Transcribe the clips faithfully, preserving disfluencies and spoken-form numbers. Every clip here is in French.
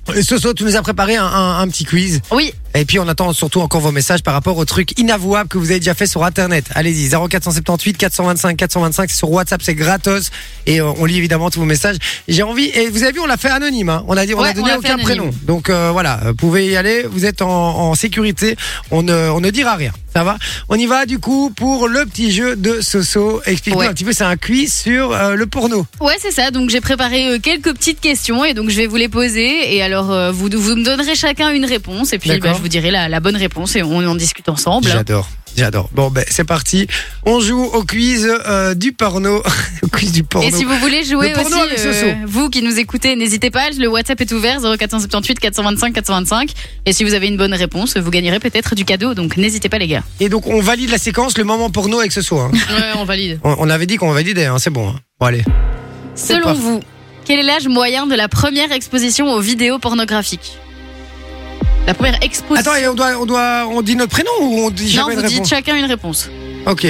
Et Soso, tu nous as préparé un, un, un petit quiz. Oui. Et puis on attend surtout encore vos messages par rapport aux trucs inavouables que vous avez déjà fait sur internet. Allez-y, zéro quatre sept huit quatre cent vingt-cinq quatre cent vingt-cinq, c'est sur WhatsApp, c'est gratos. Et euh, on lit évidemment tous vos messages. J'ai envie, et vous avez vu, on l'a fait anonyme, hein. On a dit, on Ouais, a donné on l'a aucun fait prénom. anonyme. Donc euh, voilà, vous pouvez y aller, vous êtes en, en sécurité, on ne, on ne dira rien. Ça va? On y va du coup pour le petit jeu de Soso. Explique-nous Ouais. un petit peu, c'est un quiz sur euh, le porno. Ouais, c'est ça. Donc j'ai préparé euh, quelques petites questions et donc je vais vous les poser. Et alors euh, vous, vous me donnerez chacun une réponse et puis D'accord. bah, je vous dirai la, la bonne réponse et on en discute ensemble. J'adore. J'adore. Bon, ben, c'est parti. On joue au quiz euh, du porno. Au quiz du porno. Et si vous voulez jouer Le porno aussi, avec Soso. vous qui nous écoutez, n'hésitez pas. Le WhatsApp est ouvert zéro quatre sept huit quatre cent vingt-cinq quatre cent vingt-cinq. Et si vous avez une bonne réponse, vous gagnerez peut-être du cadeau. Donc n'hésitez pas les gars. Et donc, on valide la séquence, le moment porno avec ce soir. Hein. Ouais, on valide. On, on avait dit qu'on validait, hein, c'est bon. Hein. Bon, allez. C'est Selon pas- vous, quel est l'âge moyen de la première exposition aux vidéos pornographiques? La première exposition. Attends, et on doit, on doit, on dit notre prénom ou on dit Non, jamais vous de dites réponse? chacun une réponse. Ok.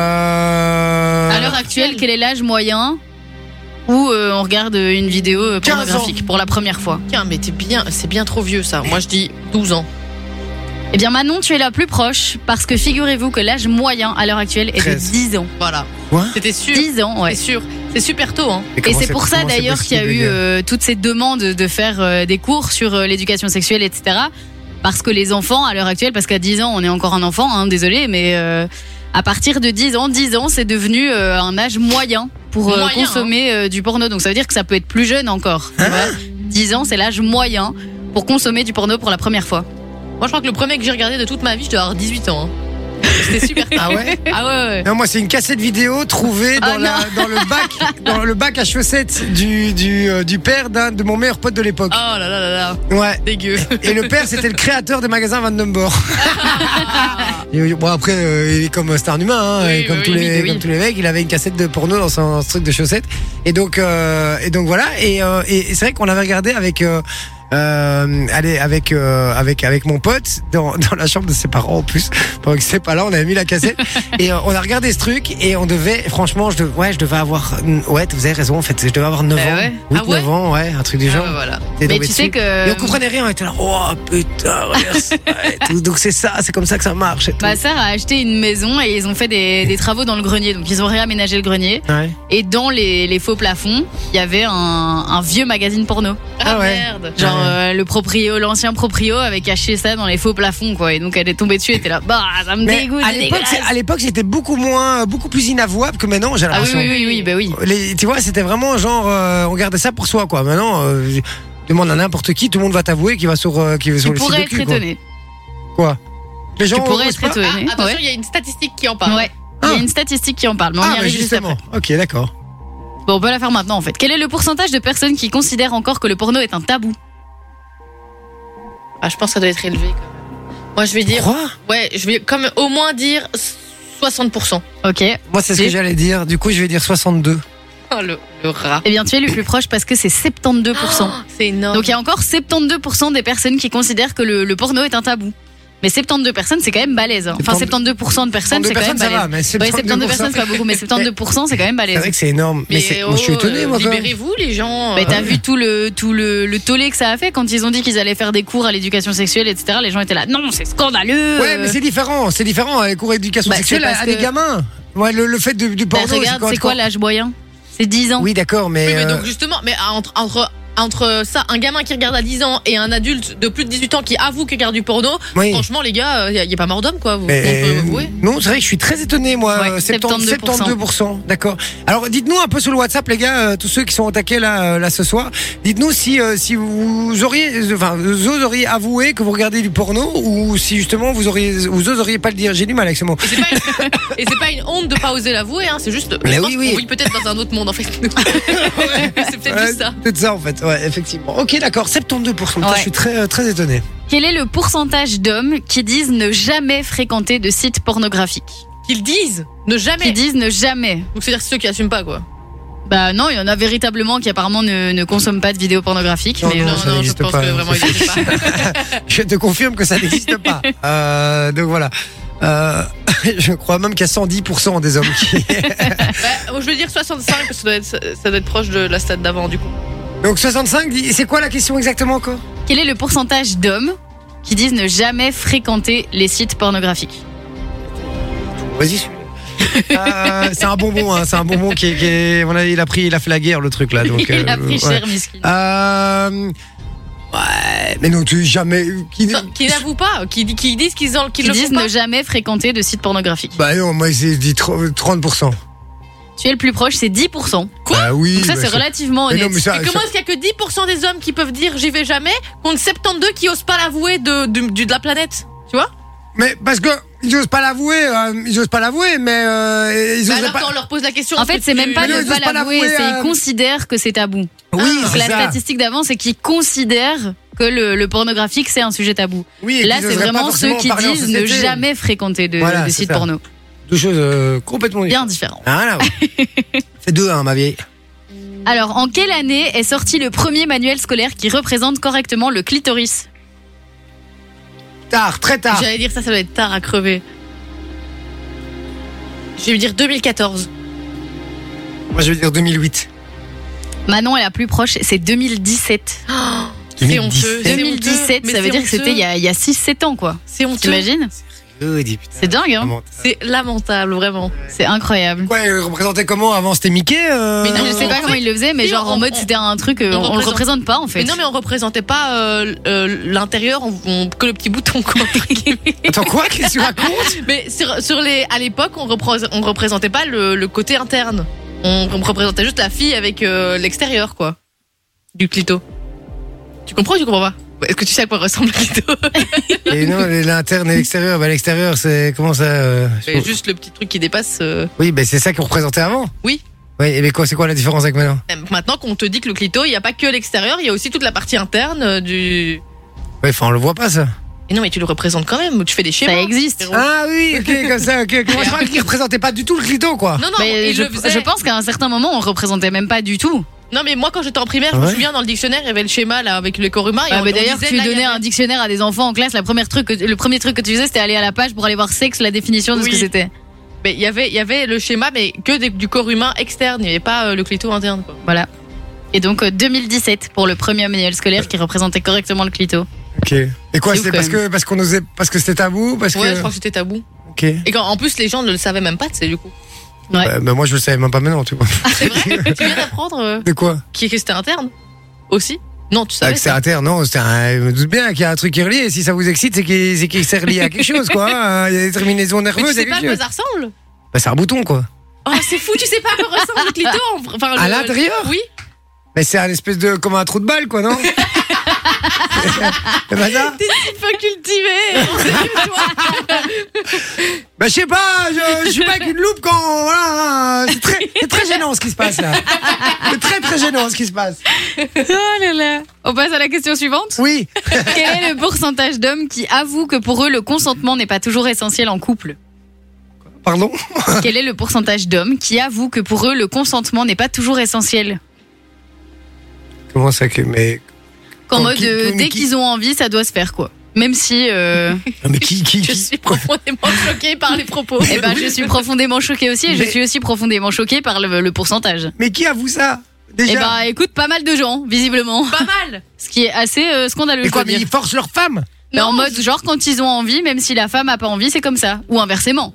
Euh... À l'heure actuelle, quel est l'âge moyen où euh, on regarde une vidéo euh, quinze ans. pornographique pour la première fois? Tiens, mais t'es bien, c'est bien trop vieux ça. Moi je dis douze ans. Eh bien Manon, tu es la plus proche parce que figurez-vous que l'âge moyen à l'heure actuelle est treize. de dix ans. Voilà. Quoi? C'était sûr. dix ans, ouais. C'est sûr. C'est super tôt, hein. Et comment c'est pour ça comment c'est d'ailleurs qu'il y a possible, eu les gars euh, toutes ces demandes de faire euh, des cours sur euh, l'éducation sexuelle, et cetera. Parce que les enfants, à l'heure actuelle, parce qu'à dix ans, on est encore un enfant, hein, désolé, mais euh, à partir de dix ans, dix ans, c'est devenu euh, un âge moyen pour euh, Moyen, consommer euh, du porno. Donc ça veut dire que ça peut être plus jeune encore. tu Hein vois. dix ans, c'est l'âge moyen pour consommer du porno pour la première fois. Moi je crois que le premier que j'ai regardé de toute ma vie, je dois avoir dix-huit ans. Hein. C'était super tôt. Ah ouais? Ah ouais, ouais. Non, moi, c'est une cassette vidéo trouvée dans, Ah la, dans le bac, dans le bac à chaussettes du, du, euh, du père d'un de mon meilleur pote de l'époque. Oh là là là là. Ouais. Dégueu. Et le père, c'était le créateur des magasins Van Numbor. Et bon, après, euh, il est comme c'était un humain, hein, Oui, et comme, oui, tous oui, les, oui. comme tous les mecs, il avait une cassette de porno dans son, dans son truc de chaussettes. Et donc, euh, et donc voilà. Et, euh, et c'est vrai qu'on avait regardé avec. Euh, euh, allez, avec euh, avec avec mon pote dans, dans la chambre de ses parents en plus pendant que c'était pas là, on avait mis la cassette et euh, on a regardé ce truc et on devait franchement je devais, ouais je devais avoir ouais vous avez raison en fait je devais avoir neuf Bah ans ouais. huit, Ah ouais neuf ans ouais un truc du Ah genre. ouais, voilà. T'es Mais tombé tu sais dessus. que Et on comprenait rien, on était là, oh putain, regarde ça et tout. Donc c'est ça, c'est comme ça que ça marche et tout. ma sœur a acheté une maison et ils ont fait des, des travaux dans le grenier. Donc ils ont réaménagé le grenier. Ouais. Et dans les, les faux plafonds, il y avait un, un vieux magazine porno. Ah, Ah ouais. merde. Genre Ouais. euh, le proprio, l'ancien proprio avait caché ça dans les faux plafonds quoi. Et donc elle est tombée dessus et était là, bah ça me Mais dégoûte. à c'est l'époque, dégueulasse. c'est- à l'époque, c'était beaucoup moins, beaucoup plus inavouable que maintenant, j'ai Ah oui l'impression. oui oui oui bah oui. Les- tu vois, c'était vraiment genre, euh, on gardait ça pour soi, quoi. Maintenant, euh, demande à n'importe qui, tout le monde va t'avouer qu'il va sur, euh, qu'il va sur Tu le site pourrais de être cul, quoi. étonné. Quoi Les gens Tu pourrais osent être pas étonné. Ah, attention, ouais. il y a une statistique qui en parle. Ouais. Il y Ah. a une statistique qui en parle, mais on y Ah, mais arrive juste justement. après. Ok, d'accord. Bon, on peut la faire maintenant en fait. Quel est le pourcentage de personnes qui considèrent encore que le porno est un tabou? Ah, je pense que ça doit être élevé. Quand même. Moi, je vais dire. Quoi Ouais, je vais comme au moins dire soixante pour cent. Ok. Moi, c'est ce que Et- j'allais dire. Du coup, je vais dire soixante-deux. Oh, le, le rat. Eh bien, tu es le plus proche parce que c'est soixante-douze pour cent. Oh, c'est énorme. Donc il y a encore soixante-douze pour cent des personnes qui considèrent que le, le porno est un tabou. Mais soixante-douze personnes, c'est quand même balèze. hein. Enfin, soixante-douze pour cent de personnes, c'est quand même personnes, ça balèze. va, mais c'est Ouais, soixante-douze personnes, c'est pas beaucoup, mais soixante-douze pour cent, c'est quand même C'est balèze. vrai que c'est énorme. Mais, Mais c'est- oh, moi, je suis étonné, euh, moi. quand même. libérez-vous, les gens. Mais euh, t'as vu tout le tout le, le tollé que ça a fait quand ils ont dit qu'ils allaient faire des cours à l'éducation sexuelle, et cetera. Les gens étaient là, non, c'est scandaleux. Ouais, mais c'est différent. C'est différent. Les cours d'éducation Bah, sexuelle c'est à, parce à des que- gamins. Ouais, le, le fait de- du Bah, porno. regarde, quand- c'est quoi quand- l'âge moyen? C'est dix ans. Oui, d'accord, mais. Oui, mais euh, donc justement, mais entre, entre, entre ça, un gamin qui regarde à dix ans et un adulte de plus de dix-huit ans qui avoue qu'il regarde du porno, oui. franchement, les gars, il n'y a, y a pas mort d'homme, quoi. Vous, Mais, on peut avouer. non, c'est vrai que je suis très étonné, moi. Ouais, euh, soixante-douze pour cent. soixante-douze pour cent. D'accord. Alors, dites-nous un peu sur le WhatsApp, les gars, euh, tous ceux qui sont au taquet là, euh, là ce soir. Dites-nous si, euh, si vous auriez, enfin, vous oseriez avouer que vous regardez du porno ou si justement vous auriez, vous oseriez pas le dire. J'ai du mal avec ce mot. Et c'est pas, une- et c'est pas une honte de pas oser l'avouer, hein, c'est juste. Mais je oui, pense oui. qu'on vit peut-être dans un autre monde, en fait. c'est peut-être Ouais, juste ça. peut-être ça en fait. Ouais, effectivement. Ok, d'accord. soixante-douze pour cent. Putain, Ouais. Je suis très, euh, très étonné. Quel est le pourcentage d'hommes qui disent ne jamais fréquenter de sites pornographiques? Qu'ils disent, ne jamais. Qui disent ne jamais. Donc c'est-à-dire que c'est ceux qui assument pas, quoi. Bah non, il y en a véritablement qui apparemment ne, ne consomment pas de vidéos pornographiques. Non, mais non, euh, ça non, je n'existe pense pas. que vraiment, ils n'existent pas. Je te confirme que ça n'existe pas. Euh, donc voilà. Euh, je crois même qu'il y a cent dix pour cent des hommes qui. Bah, je veux dire soixante-cinq parce que ça doit être, ça doit être proche de la stade d'avant, du coup. Donc soixante-cinq, dis- c'est quoi la question exactement encore? Quel est le pourcentage d'hommes qui disent ne jamais fréquenter les sites pornographiques? Vas-y. Euh, c'est un bonbon, hein, c'est un bonbon qui est, qui est- on a- il a pris, il a fait la guerre le truc là. Donc, Il a euh, pris ouais. cher, miskin. Euh, ouais, mais non, tu jamais. Qui, Non, qui n'avouent pas, qui, qui disent qu'ils ont, qu'ils Qui le disent font pas. ne jamais fréquenter de sites pornographiques. Bah non, moi j'ai dit tro- trente pour cent. Tu es le plus proche, c'est dix pour cent. Quoi Bah oui. Donc ça, bah, c'est relativement Mais honnête. non, mais ça- Et comment est-ce qu'il y a que dix pour cent des hommes qui peuvent dire j'y vais jamais, contre soixante-douze qui osent pas l'avouer de, de, du- de la planète? Tu vois? Mais parce que ils osent pas l'avouer, euh, ils osent pas l'avouer, mais euh, ils Bah oseraient alors pas. quand on leur pose la question. En est-ce fait, que c'est tu- même pas Mais non, de ils pas osent pas l'avouer, l'avouer, c'est euh, ils considèrent que c'est tabou. Oui, Donc c'est la ça. statistique d'avant, c'est qu'ils considèrent que le, le pornographique, c'est un sujet tabou. Oui, et Là, qu'ils c'est oseraient pas vraiment ceux forcément qui parler en disent ne société. jamais fréquenter de, Voilà, de c'est sites ça. porno. Deux choses euh, complètement Bien différentes. différent. Ah, là, ouais. C'est deux, hein, ma vieille. Alors, en quelle année est sorti le premier manuel scolaire qui représente correctement le clitoris? Tard, très tard. J'allais dire ça, ça doit être tard à crever. Je vais dire deux mille quatorze. Moi, je vais dire deux mille huit. Manon est la plus proche, c'est deux mille dix-sept. C'est honteux. c'est deux mille dix-sept, honteux, ça mais veut dire que c'est c'était il y a, il y a six sept ans, quoi. C'est honteux. T'imagines? Oh, dis, putain. C'est dingue, hein? Vraiment. C'est lamentable, vraiment. C'est incroyable. Quoi, il représentait comment avant? C'était Mickey euh... Mais non, Je sais pas en comment fait, il le faisait, mais si, genre on- en mode on- c'était un truc, euh, on on, le représente- représente pas en fait. Mais non, mais on représentait pas euh, euh, l'intérieur, on, on- que le petit bouton, quoi. entre guillemets. Attends, quoi? Qu'est-ce que tu racontes? Mais sur, sur les, à l'époque, on, représ- on représentait pas le, le côté interne. On, on représentait juste la fille avec euh, l'extérieur, quoi. Du clito. Tu comprends ou tu comprends pas? Est-ce que tu sais à quoi ressemble le clito? Et non, l'interne et l'extérieur. Bah, l'extérieur, c'est comment ça euh, C'est juste le petit truc qui dépasse. euh, Oui, bah, c'est ça qu'on représentait avant. Oui. Oui, et mais quoi, c'est quoi la différence avec maintenant? même Maintenant qu'on te dit que le clito, il n'y a pas que l'extérieur, il y a aussi toute la partie interne euh, du. Ouais, enfin, on le voit pas, ça. Et non, mais tu le représentes quand même, tu fais des schémas. Ça existe. frérot. Ah oui, ok, comme ça, ok. Moi, je crois qu'il représentait pas du tout le clito, quoi. Non, non, Mais il je, le faisait. je pense qu'à un certain moment, on représentait même pas du tout. Non, mais moi, quand j'étais en primaire, je me Ouais. souviens dans le dictionnaire, il y avait le schéma là avec le corps humain. Et Ah, on- mais on d'ailleurs, disait, tu là, il y donnais avait- un dictionnaire à des enfants en classe. La première truc que, le premier truc que tu faisais, c'était aller à la page pour aller voir sexe, la définition de ce Oui. que c'était. Mais il y avait, il y avait le schéma, mais que des- du corps humain externe. Il n'y avait pas euh, le clito interne. Quoi. Voilà. Et donc euh, deux mille dix-sept pour le premier manuel scolaire qui représentait correctement le clito. Ok. Et quoi, C'est ouf, c'était quand parce que, parce qu'on osait, parce que c'était tabou, parce Ouais, que. je crois que c'était tabou. Ok. Et quand, en plus, les gens ne le savaient même pas, tu sais, du coup. Ouais. Bah, bah, moi, je le savais même pas maintenant, tu vois. Ah, c'est vrai. Tu viens d'apprendre euh, De quoi? qui que c'était interne aussi. Non, tu Ah, savais. que c'est ça. interne, non, c'est un, je me doute bien qu'il y a un truc qui est relié. Si ça vous excite, c'est qu'il, c'est qu'il s'est relié à quelque chose, quoi. hein. Il y a des terminaisons Mais tu nerveuses, il y sais a pas à quelque quoi chose. ça ressemble. Bah, c'est un bouton, quoi. Oh, c'est fou, tu sais pas à quoi ressemble le clito. en- Enfin, À le- l'intérieur? Oui. Mais c'est un espèce de, comme un trou de balle, quoi, non? C'est pas ça? T'es si peu cultivé. Bah, je sais pas, je, je suis pas avec une loupe quand, voilà, c'est très, c'est très gênant ce qui se passe, là. C'est très, très gênant ce qui se passe. Oh là là. On passe à la question suivante. Oui. Quel est le pourcentage d'hommes qui avouent que pour eux le consentement n'est pas toujours essentiel en couple? Pardon? Quel est le pourcentage d'hommes qui avouent que pour eux le consentement n'est pas toujours essentiel? Comment ça que, mais, Qu'en Quand mode qui- euh, mais dès qui- qu'ils ont envie, ça doit se faire quoi. Même si, euh, non, mais qui, qui, Je qui- suis profondément choquée par les propos. eh ben, je suis profondément choquée aussi, et je Mais- suis aussi profondément choquée par le, le pourcentage. mais qui avoue ça? Déjà? Eh ben, écoute, pas mal de gens, visiblement. Pas mal. Ce qui est assez euh, scandaleux, mais je quoi, dois mais dire. ils forcent leur femme? Mais en Non, mode, genre, quand ils ont envie, même si la femme a pas envie, c'est comme ça. Ou inversement.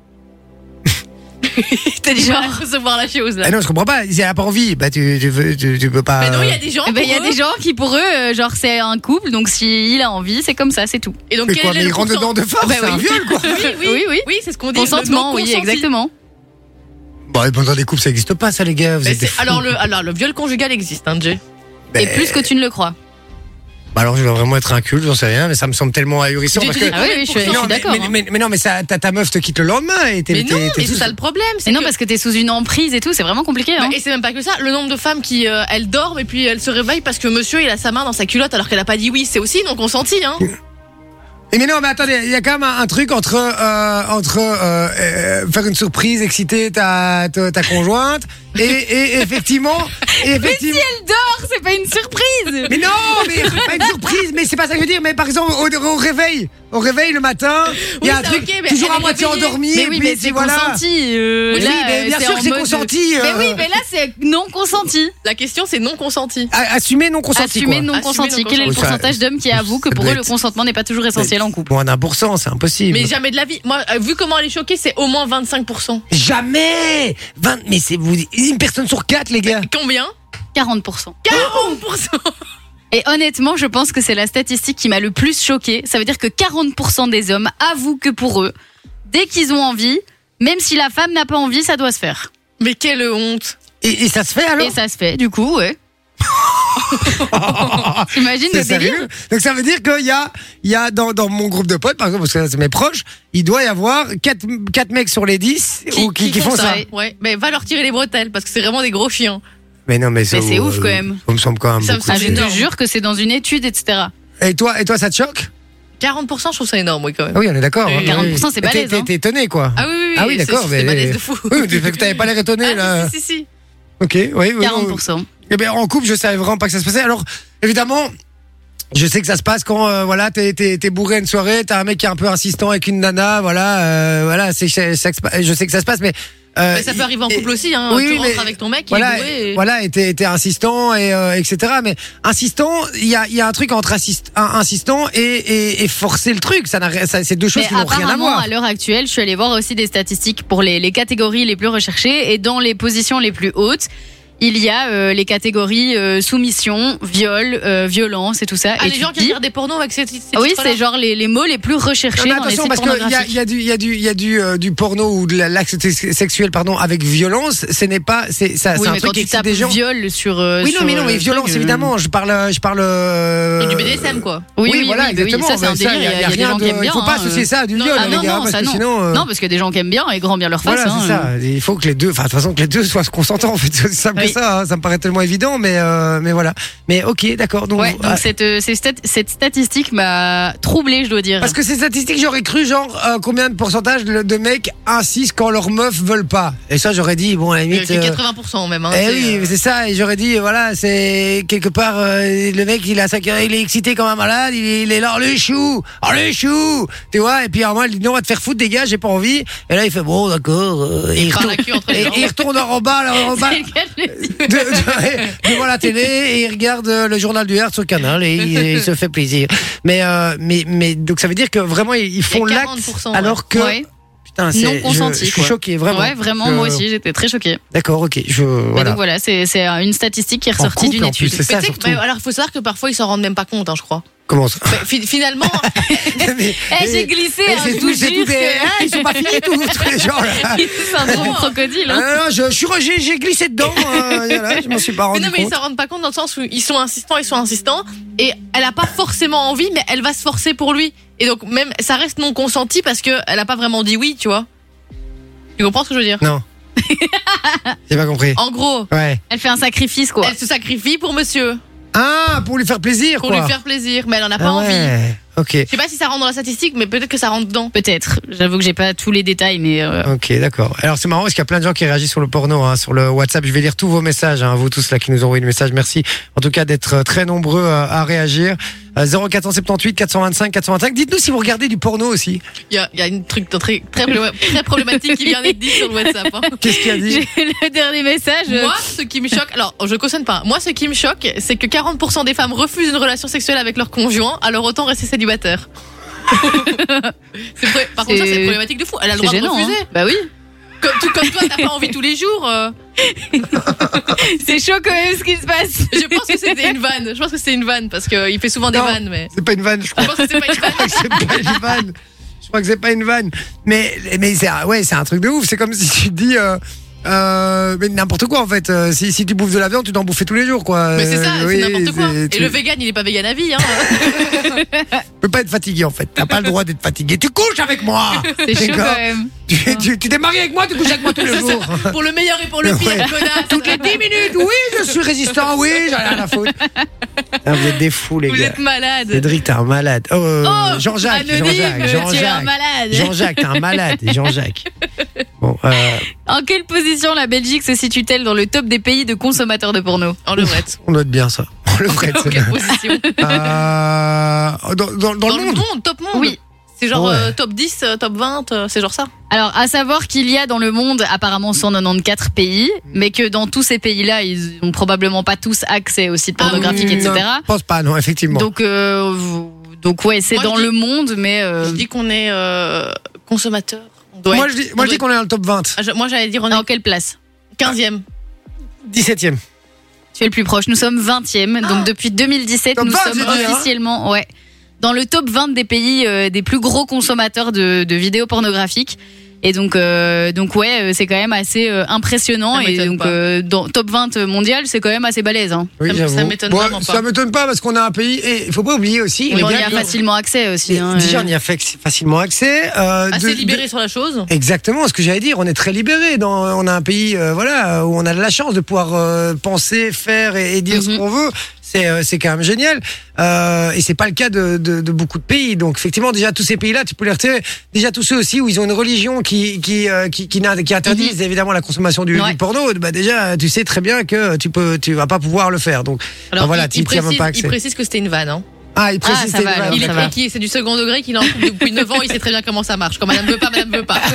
T'as du mal à Genre- recevoir la chose là. Ah non, je comprends pas. Si elle a pas envie, bah, tu, tu, veux- tu, tu peux pas. Mais non, il y a des gens. Eh ben, il y a pour eux- des gens qui, pour eux, euh, genre, c'est un couple, donc s'il a envie, c'est comme ça, c'est tout. Et donc, Mais quel quoi, est mais le ils rentrent pourcent- dedans de force, Bah c'est un oui. viol, quoi. Oui, oui, Oui, oui. Oui, c'est ce qu'on dit. Consentement, le oui, non-consenti. exactement. Bon, et pendant des couples, ça existe pas, ça, les gars. Vous Mais êtes des c'est- fous. alors, le, alors, le viol conjugal existe, hein, Jay. Ben, Et plus que tu ne le crois. Bah alors, je dois vraiment être inculte, j'en sais rien, mais ça me semble tellement ahurissant Tu parce te que. dis- Ah oui, oui, je suis, je suis non, mais, d'accord. mais, hein. mais- mais non, mais ça, ta, ta meuf te quitte le lendemain et t'es. Mais t'es- non, t'es mais c'est tout- ça le problème. Mais C'est non, que- parce que t'es sous une emprise et tout, c'est vraiment compliqué. Bah, Hein. et c'est même pas que ça. Le nombre de femmes qui euh, elles dorment et puis elles se réveillent parce que monsieur il a sa main dans sa culotte alors qu'elle a pas dit oui. C'est aussi non consenti, hein. Et mais non, mais attendez, il y a quand même un, un truc entre euh, entre euh, euh, faire une surprise, exciter ta ta, ta conjointe et, et effectivement, et effectivement. Elle dort, c'est pas une surprise. Mais non, mais pas une surprise, mais c'est pas ça que je veux dire. Mais par exemple, au, au réveil, au réveil le matin, il y a Oui, un ça, truc ok, mais toujours elle à est moitié payée. endormi. Mais et oui, puis, mais c'est voilà. consenti. euh, Oui, là, mais bien c'est sûr en que c'est mode- consenti. Mais euh, oui, mais là, c'est non consenti. La question, c'est non consenti. a- Assumer non consenti. Assumer quoi. non Assumer consenti. non Quel est le consenti. pourcentage d'hommes qui avouent que Ça pour doit eux, le être- consentement n'est pas toujours essentiel en couple? Moins d'un pour cent, c'est impossible. Mais jamais de la vie. Moi, euh, vu comment elle est choquée, c'est au moins vingt-cinq pour cent. Jamais vingt Mais c'est vous une personne sur quatre, les gars. Combien quarante pour cent. quarante pour cent. Et honnêtement, je pense que c'est la statistique qui m'a le plus choquée. Ça veut dire que quarante pour cent des hommes avouent que pour eux, dès qu'ils ont envie, même si la femme n'a pas envie, ça doit se faire. Mais quelle honte. Et, et ça se fait alors Et ça se fait, du coup, ouais. T'imagines le C'est sérieux délire? Donc ça veut dire qu'il y a, il y a dans, dans mon groupe de potes, par exemple, parce que c'est mes proches, il doit y avoir quatre quatre mecs sur les dix Qui, ou qui, qui font ça. Ouais. Ouais. Mais va leur tirer les bretelles parce que c'est vraiment des gros chiens. Mais non, mais, ça, Mais c'est euh, ouf, quand même. Ça me semble quand même Ça me beaucoup. Ah, semble je te énorme. jure que c'est dans une étude, et cetera. Et toi, et toi, ça te choque? quarante pour cent, je trouve ça énorme, oui, quand même. Ah oui, on est d'accord. Et hein, quarante pour cent, oui. c'est T'es- balèze, T'es hein. t'es étonné, quoi. Ah oui, oui, oui. Ah oui, c'est- d'accord, c'est mais- balèze de fou. Oui, mais tu fais que t'avais pas l'air étonné, là. Ah, si, si, si. Ok, oui, oui. quarante oui. pour cent. Eh bien, en couple, je savais vraiment pas que ça se passait. Alors, évidemment, je sais que ça se passe quand, euh, voilà, t'es, t'es, t'es bourré une soirée, t'as un mec qui est un peu insistant avec une nana, voilà, euh, voilà, c'est, c'est- ça se pa- je sais que ça se passe, mais. euh, Mais ça peut arriver en et- couple aussi, hein. oui, tu oui, rentres mais- avec ton mec, Voilà, il est bourré. et- voilà, et t'es, t'es insistant et euh, et cetera. Mais insistant, il y a, il y a un truc entre insist, un- insistant et, et, et forcer le truc. Ça n'a, rien- ça, c'est deux choses Mais qui n'ont rien à apparemment, voir. à l'heure actuelle, je suis allée voir aussi des statistiques pour les, les catégories les plus recherchées. Et dans les positions les plus hautes, il y a euh, les catégories euh, soumission, viol, euh, violence et tout ça. Ah, et les tu gens te qui dis- regardent des pornos avec ces, ces Oui, titres-là. c'est genre les, les mots les plus recherchés Non, mais dans les attention, sites parce qu'il y a, pornographiques. il y a du, il y a du, il y a du, euh, du porno ou de la- l'acte sexuel, pardon, avec violence. Ce n'est pas, c'est, ça, Oui, c'est un mais truc quand qui tu excite tapes des gens. viol sur. euh, Oui, non, sur, mais non, mais euh, violence, truc, euh, évidemment. Je parle, je parle. euh, Et du B D S M, quoi. Oui, oui, voilà, oui, oui, exactement. ça c'est un Mais délire. Il y a, il y a des rien gens de- qui aiment bien. Il faut pas hein, associer ça à du non, viol, ah les non, gars, non, parce ça que non. sinon. euh, Non, parce qu'il y a des gens qui aiment bien et grand bien leur face. Voilà, hein. c'est ça. Il faut que les deux, enfin, de toute façon, que les deux soient consentants, en fait. C'est aussi simple Oui. que ça, hein. Ça me paraît tellement évident, mais, euh, mais voilà. Mais ok, d'accord. Donc, Ouais, donc ah, cette, euh, cette, stat- cette statistique m'a troublée, je dois dire. parce que ces statistiques, j'aurais cru, genre, euh, combien de pourcentage de, de mecs insistent quand leurs meufs veulent pas. Et ça, j'aurais dit, bon, à la Euh, limite. c'est euh, quatre-vingts pour cent même. Hein, Eh c'est, oui, euh, c'est ça, et j'aurais dit, voilà, c'est quelque part, euh, le mec, il a cinq heures, il est excité comme un malade, il, est- il est là, oh, le chou, oh, le chou, tu vois, et puis à un moment, il dit, non, on va te faire foutre, des gars, j'ai pas envie, et là, il fait, bon, d'accord, euh, et il prend la retourne, queue entre les et, jambes. et il retourne en bas, là, en bas, C'est le cas de le dire. de- de- devant la télé, et il regarde euh, le journal du Hard sur le canal, et il, il se fait plaisir. Mais, euh, mais, mais, donc ça veut dire que vraiment, ils, ils font Il y a l'acte, quarante pour cent, alors que, Ouais. putain, c'est, Non je- consenti, je, suis quoi. choqué, vraiment. Ouais, vraiment, Que- moi aussi, j'étais très choquée. D'accord, ok, je, Mais voilà. donc voilà, c'est c'est une statistique qui est En ressortie couple, d'une en plus, étude. c'est ça, Mais tu sais que- surtout. mais alors, il faut savoir que parfois, ils s'en rendent même pas compte, hein, je crois. Comment ça? Mais fi- finalement, Mais- Eh, j'ai mais- glissé, mais hein, c'est je tout, vous c'est jure tout des- que- Ah, ils sont pas finis tous, tous les gens là. Syndrome crocodile. Ah, Hein. non, non, je, je suis re- j'ai, j'ai glissé dedans. euh, voilà, je m'en suis pas mais rendu non, mais ils compte. s'en rendent pas compte dans le sens où ils sont insistants, ils sont insistants, et elle a pas forcément envie, mais elle va se forcer pour lui. Et donc, même, ça reste non consenti parce que elle a pas vraiment dit oui, tu vois. Tu comprends ce que je veux dire? Non. J'ai pas compris. En gros, Ouais. Elle fait un sacrifice, quoi. elle se sacrifie pour monsieur, Ah, pour lui faire plaisir, pour quoi. lui faire plaisir, mais elle en a pas Ah envie. ouais. Ok. Je sais pas si ça rentre dans la statistique, mais peut-être que ça rentre dedans. Peut-être. J'avoue que j'ai pas tous les détails, mais euh, Ok, d'accord. Alors c'est marrant parce qu'il y a plein de gens qui réagissent sur le porno, hein, sur le WhatsApp. Je vais lire tous vos messages, hein, vous tous là qui nous envoyez le message. Merci en tout cas d'être euh, très nombreux euh, à réagir. Euh, zéro quatre cent soixante-dix-huit quatre cent vingt-cinq quatre cent vingt-cinq. Dites-nous si vous regardez du porno aussi. Il y a, il y a une truc très, très, problé- très problématique qui vient d'être dit sur le WhatsApp. Hein. Qu'est-ce qu'il a dit? j'ai le dernier message. euh, Moi, ce qui me choque, alors je cautionne pas. Moi, ce qui me choque, c'est que quarante pour cent des femmes refusent une relation sexuelle avec leur conjoint, alors autant rester célibataire. C'est pré- Par contre, ça, c'est C'est- problématique de fou. Elle a le C'est droit gênant. de refuser. Hein. Bah oui. Comme, tout comme toi, t'as pas envie tous les jours. euh. C'est chaud quand même ce qui se passe. Je pense que c'était une vanne. Je pense que c'est une vanne parce qu'il fait souvent des Non. vannes, mais. C'est pas une vanne, je crois. Je pense que c'est pas une vanne. que c'est pas une vanne. Je crois que c'est pas une vanne. Mais, mais c'est, un- ouais, c'est un truc de ouf. C'est comme si tu te dis, euh, euh, mais n'importe quoi en fait. Euh, Si, si tu bouffes de la viande, tu dois en bouffer tous les jours, quoi. Mais c'est ça, Euh, c'est oui, n'importe quoi. c'est- Et tu le vegan, il est pas vegan à vie, hein. Tu peux pas être fatigué en fait. T'as pas le droit d'être fatigué. Tu couches avec moi. C'est chaud D'accord. quand même. Tu, tu, tu t'es marié avec moi, tu couches avec moi tous les jours. Pour le meilleur et pour le pire, Ouais. connasse. Toutes les dix minutes, oui, je suis résistant, oui, j'en ai rien à foutre. Ah, vous êtes des fous, les Vous gars. êtes malade. Cédric, t'es un malade. Oh, euh, Oh, Jean-Jacques, anonyme, Jean-Jacques, tu es un Jean-Jacques. malade. Jean-Jacques, t'es un malade, Jean-Jacques. Bon, euh, En quelle position la Belgique se situe-t-elle dans le top des pays de consommateurs de porno? En levrette. on doit être bien ça. On le prête. En quelle position? Euh, dans, dans, dans, Dans le monde. top monde. Oui. C'est genre Ouais. euh, top dix, euh, top vingt, euh, c'est genre ça. Alors, à savoir qu'il y a dans le monde apparemment cent quatre-vingt-quatorze pays, mais que dans tous ces pays-là, ils ont probablement pas tous accès aux sites pornographiques, Ah, et cetera. Non, je pense pas, non, effectivement. Donc, euh, vous- donc ouais, c'est Moi, dans je dis- le monde, mais euh, Je dis qu'on est euh, consommateur. On doit moi, être- je dis, on moi, je doit dis qu'on est dans le top vingt. Ah, je- Moi, j'allais dire on est en quelle place? quinzième. dix-septième. Tu es le plus proche. Nous sommes vingtième. Donc depuis deux mille dix-sept, Top nous vingt, sommes j'ai dit, hein. officiellement, ouais, dans le top vingt des pays euh, des plus gros consommateurs de, de vidéos pornographiques. Et donc, euh, donc ouais, euh, c'est quand même assez euh, impressionnant. Ça Et m'étonne donc, pas. euh, dans top vingt mondial, c'est quand même assez balèze. Hein. Oui, Ça me- j'avoue. ça m'étonne Bon, vraiment pas. Ça m'étonne pas parce qu'on a un pays et il faut pas oublier aussi. Bon, les il y gars, a que- facilement accès aussi. Hein, Déjà, euh. on y a fait facilement accès. euh, Assez de- libéré de- sur la chose. Exactement, ce que j'allais dire, on est très libéré. Dans, on a un pays, euh, voilà, où on a de la chance de pouvoir euh, penser, faire et, et dire ce Mhm. qu'on veut. C'est, euh, c'est quand même génial. Euh, et c'est pas le cas de, de, de beaucoup de pays. Donc effectivement, déjà tous ces pays-là, tu peux les retirer. Déjà tous ceux aussi où ils ont une religion qui qui euh, qui, qui, n'a- qui interdise évidemment la consommation du, Ouais. du porno. Bah déjà, tu sais très bien que tu peux, tu vas pas pouvoir le faire. Donc Alors, Ah, voilà, il, tu- il tu y as même précise, pas il accès. précise que c'était une vanne. Hein. ah, il précise. ça c'est va, une alors, vanne. Il ça est va. qui c'est du second degré, qu'il est en couple depuis neuf ans, il sait très bien comment ça marche. Quand madame veut pas, madame veut pas.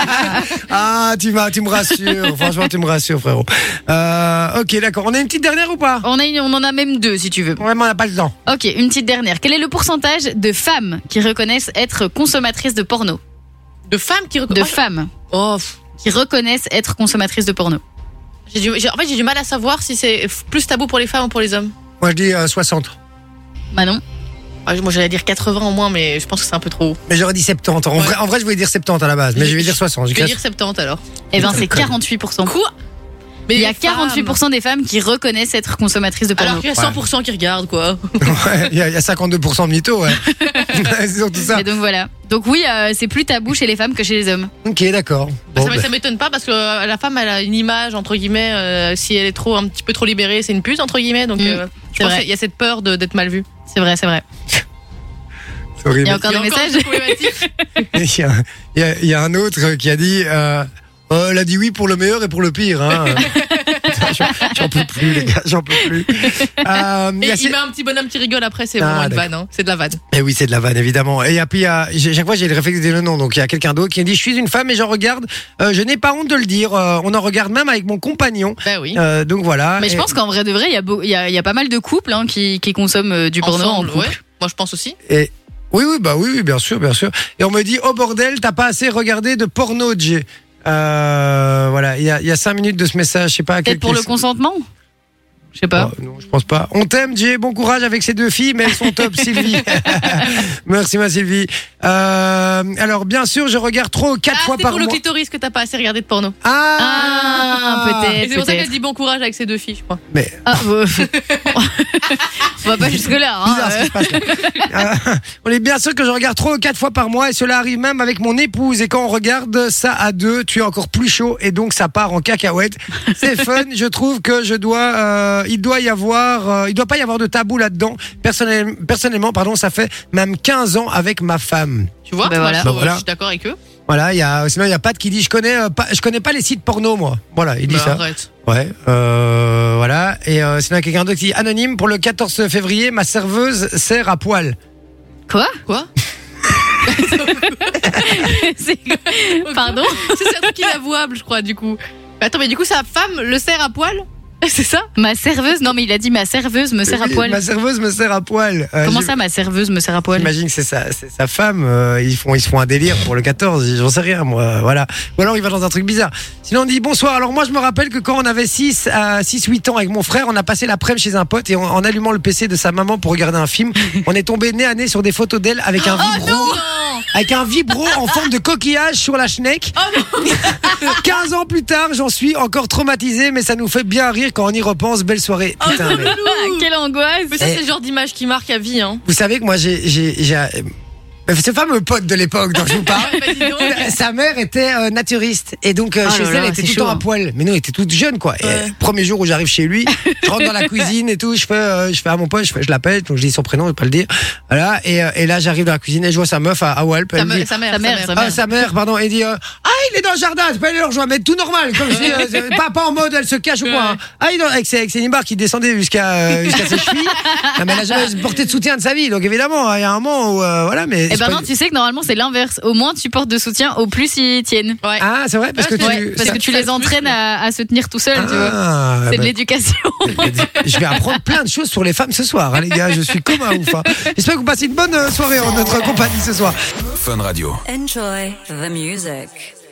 Ah, tu m'as, tu me rassures. Franchement, tu me rassures, frérot. Euh, ok, d'accord. On a une petite dernière ou pas? On, a une- on en a même deux si tu veux. Vraiment, on n'a pas le temps. Ok, une petite dernière. Quel est le pourcentage de femmes qui reconnaissent être consommatrices de porno? De femmes qui De reconnaissent. femmes Oh, pff. qui reconnaissent être consommatrices de porno. J'ai du- j'ai- en fait, j'ai du mal à savoir si c'est plus tabou pour les femmes ou pour les hommes. Moi, je dis euh, soixante. Manon? Ah, moi, j'allais dire quatre-vingts au moins, mais je pense que c'est un peu trop haut. Mais j'aurais dit soixante. En, Ouais. vrai, en vrai, je voulais dire soixante à la base, mais je vais dire soixante. Je J'ai vais créé- dire soixante-dix alors. Eh ben, c'est Très bien. quarante-huit pour cent. Quoi? Mais Il y a les femmes- quarante-huit pour cent des femmes qui reconnaissent être consommatrices de porno. Alors qu'il y a cent pour cent qui regardent, quoi. Ouais, il y, a- il y a cinquante-deux pour cent de mythos, ouais. C'est surtout ça. Et donc voilà. Donc oui, euh, c'est plus tabou chez les femmes que chez les hommes. Ok, d'accord. Bon, ça, ben, ça m'étonne pas parce que euh, la femme, elle a une image, entre guillemets, euh, si elle est trop, un petit peu trop libérée, c'est une pute, entre guillemets. Donc, Mm, euh, je c'est pense vrai. qu'il y a cette peur de- d'être mal vue. C'est vrai, c'est vrai. c'est horrible. Il y a encore Il y a des encore messages des problématiques. Il y, a, il y a- il y a un autre qui a dit euh, oh, elle a dit oui pour le meilleur et pour le pire. Hein. J'en- J'en peux plus, les gars, j'en peux plus. Euh, il y Et a il ces- met un petit bonhomme qui rigole après, c'est Ah, vraiment une d'accord. vanne. Hein. C'est de la vanne. Eh oui, c'est de la vanne, évidemment. Et puis, il y a- j'ai- chaque fois, j'ai le réflexe de dire le nom. Donc, il y a quelqu'un d'autre qui me dit je suis une femme et j'en regarde. Euh, je n'ai pas honte de le dire. Euh, on en regarde même avec mon compagnon. Bah oui. Euh, donc voilà. Mais je Et- pense qu'en vrai de vrai, il y, a beau- il y, a, il y a pas mal de couples hein, qui, qui consomment euh, du porno Ensemble, en couple. ouais. Moi, je pense aussi. Et oui, oui, bah oui, oui, bien sûr, bien sûr. Et on me dit, oh bordel, t'as pas assez regardé de porno, Jay. Euh, voilà, il y a, il y a cinq minutes de ce message, je sais pas. à quel Peut-être pour le clic- consentement? Je sais pas. Oh, non, je pense pas. On t'aime, Jay. Bon courage avec ces deux filles, mais elles sont top, Sylvie. Merci, ma Sylvie. Euh, alors, bien sûr, je regarde trois ou quatre Ah, fois c'est par pour le mois. clitoris que t'as pas assez regardé de porno. Ah, peut-être. Et c'est pour ça peut-être. qu'elle dit bon courage avec ses deux filles, je crois. Mais Ah, euh, on va pas jusque là. Hein, bizarre ce qui se passe là. Euh, on est bien sûr que je regarde trois ou quatre fois par mois et cela arrive même avec mon épouse. Et quand on regarde ça à deux, tu es encore plus chaud et donc ça part en cacahuète. C'est fun. Je trouve que je dois, euh, il doit y avoir, euh, il doit pas y avoir de tabou là-dedans. Personnellement, personnellement, pardon, ça fait même quinze ans avec ma femme. Tu vois, Bah moi, voilà. je, Bah voilà. je suis d'accord avec eux. Voilà, il y a, sinon il y a Pat qui dit je connais euh, pas, je connais pas les sites porno moi. Voilà, il dit Bah, ça. arrête. Ouais, euh, voilà. Et euh, sinon il y a quelqu'un d'autre qui dit anonyme pour le quatorze février, ma serveuse sert à poil. Quoi? Quoi? C'est- Pardon? C'est un truc inavouable, je crois, du coup. Mais attends, mais du coup, sa femme le sert à poil? C'est ça? Ma serveuse? Non, mais il a dit ma serveuse me sert à Oui, poil. Ma serveuse me sert à poil. Euh, Comment j'im- ça, ma serveuse me sert à poil? J'imagine que c'est sa, c'est sa femme. euh, ils font, ils se font un délire pour le quatorze. J'en sais rien, moi. euh, Voilà. Ou alors il va dans un truc bizarre. Sinon on dit bonsoir. Alors moi je me rappelle que quand on avait six à six huit ans avec mon frère, on a passé l'après-midi chez un pote et en, en allumant le P C de sa maman pour regarder un film, on est tombé nez à nez sur des photos d'elle avec un vibro, Non! avec un vibro en forme de coquillage sur la schneck. quinze ans plus tard, j'en suis encore traumatisé, mais ça nous fait bien rire quand on y repense. Belle soirée. Putain, mais- Ah, quelle angoisse! Mais ça, Eh. c'est le genre d'image qui marque à vie, hein. Vous savez que moi, j'ai, j'ai, j'ai- ce fameux pote de l'époque dont je vous parle, Bah, dis donc. sa mère était euh, naturiste et donc euh, Oh chez là elle, là, elle était c'est tout le temps chaud, à hein. poil. Mais nous, elle était toute jeune quoi. Et, Ouais. euh, premier jour où j'arrive chez lui, je rentre dans la cuisine et tout, je fais, euh, je fais à mon pote, je, fais, je l'appelle, donc je dis son prénom, je vais pas le dire. Voilà. Et, euh, et là, j'arrive dans la cuisine et je vois sa meuf à, à Walp. Sa, Elle me me- dit, sa mère, Sa mère, sa ah, mère. sa mère, pardon, et dit euh, ah il est dans le jardin, tu peux aller le rejoindre, mais tout normal, comme je dis, euh, c'est pas pas en mode elle se cache ou quoi. hein. Ah il est dans, avec ses, avec ses nibards qui descendaient jusqu'à euh, jusqu'à ses chevilles. Non, mais elle a jamais porté de soutien de sa vie, donc évidemment il y a un moment où euh, voilà, mais Et c'est ben pas- non, tu sais que normalement c'est l'inverse. Au moins tu portes de soutien, au plus ils tiennent. Ouais. ah c'est vrai parce que Ouais, tu Ouais, parce ça- que tu ça les se entraînes muscle. à, à se tenir tout seul, tu vois. Ah, C'est de bah, l'éducation. je vais apprendre plein de choses sur les femmes ce soir, hein, les gars. Je suis comme un ouf. hein. J'espère que vous passez une bonne euh, soirée en notre compagnie ce soir. Fun Radio. Enjoy the music.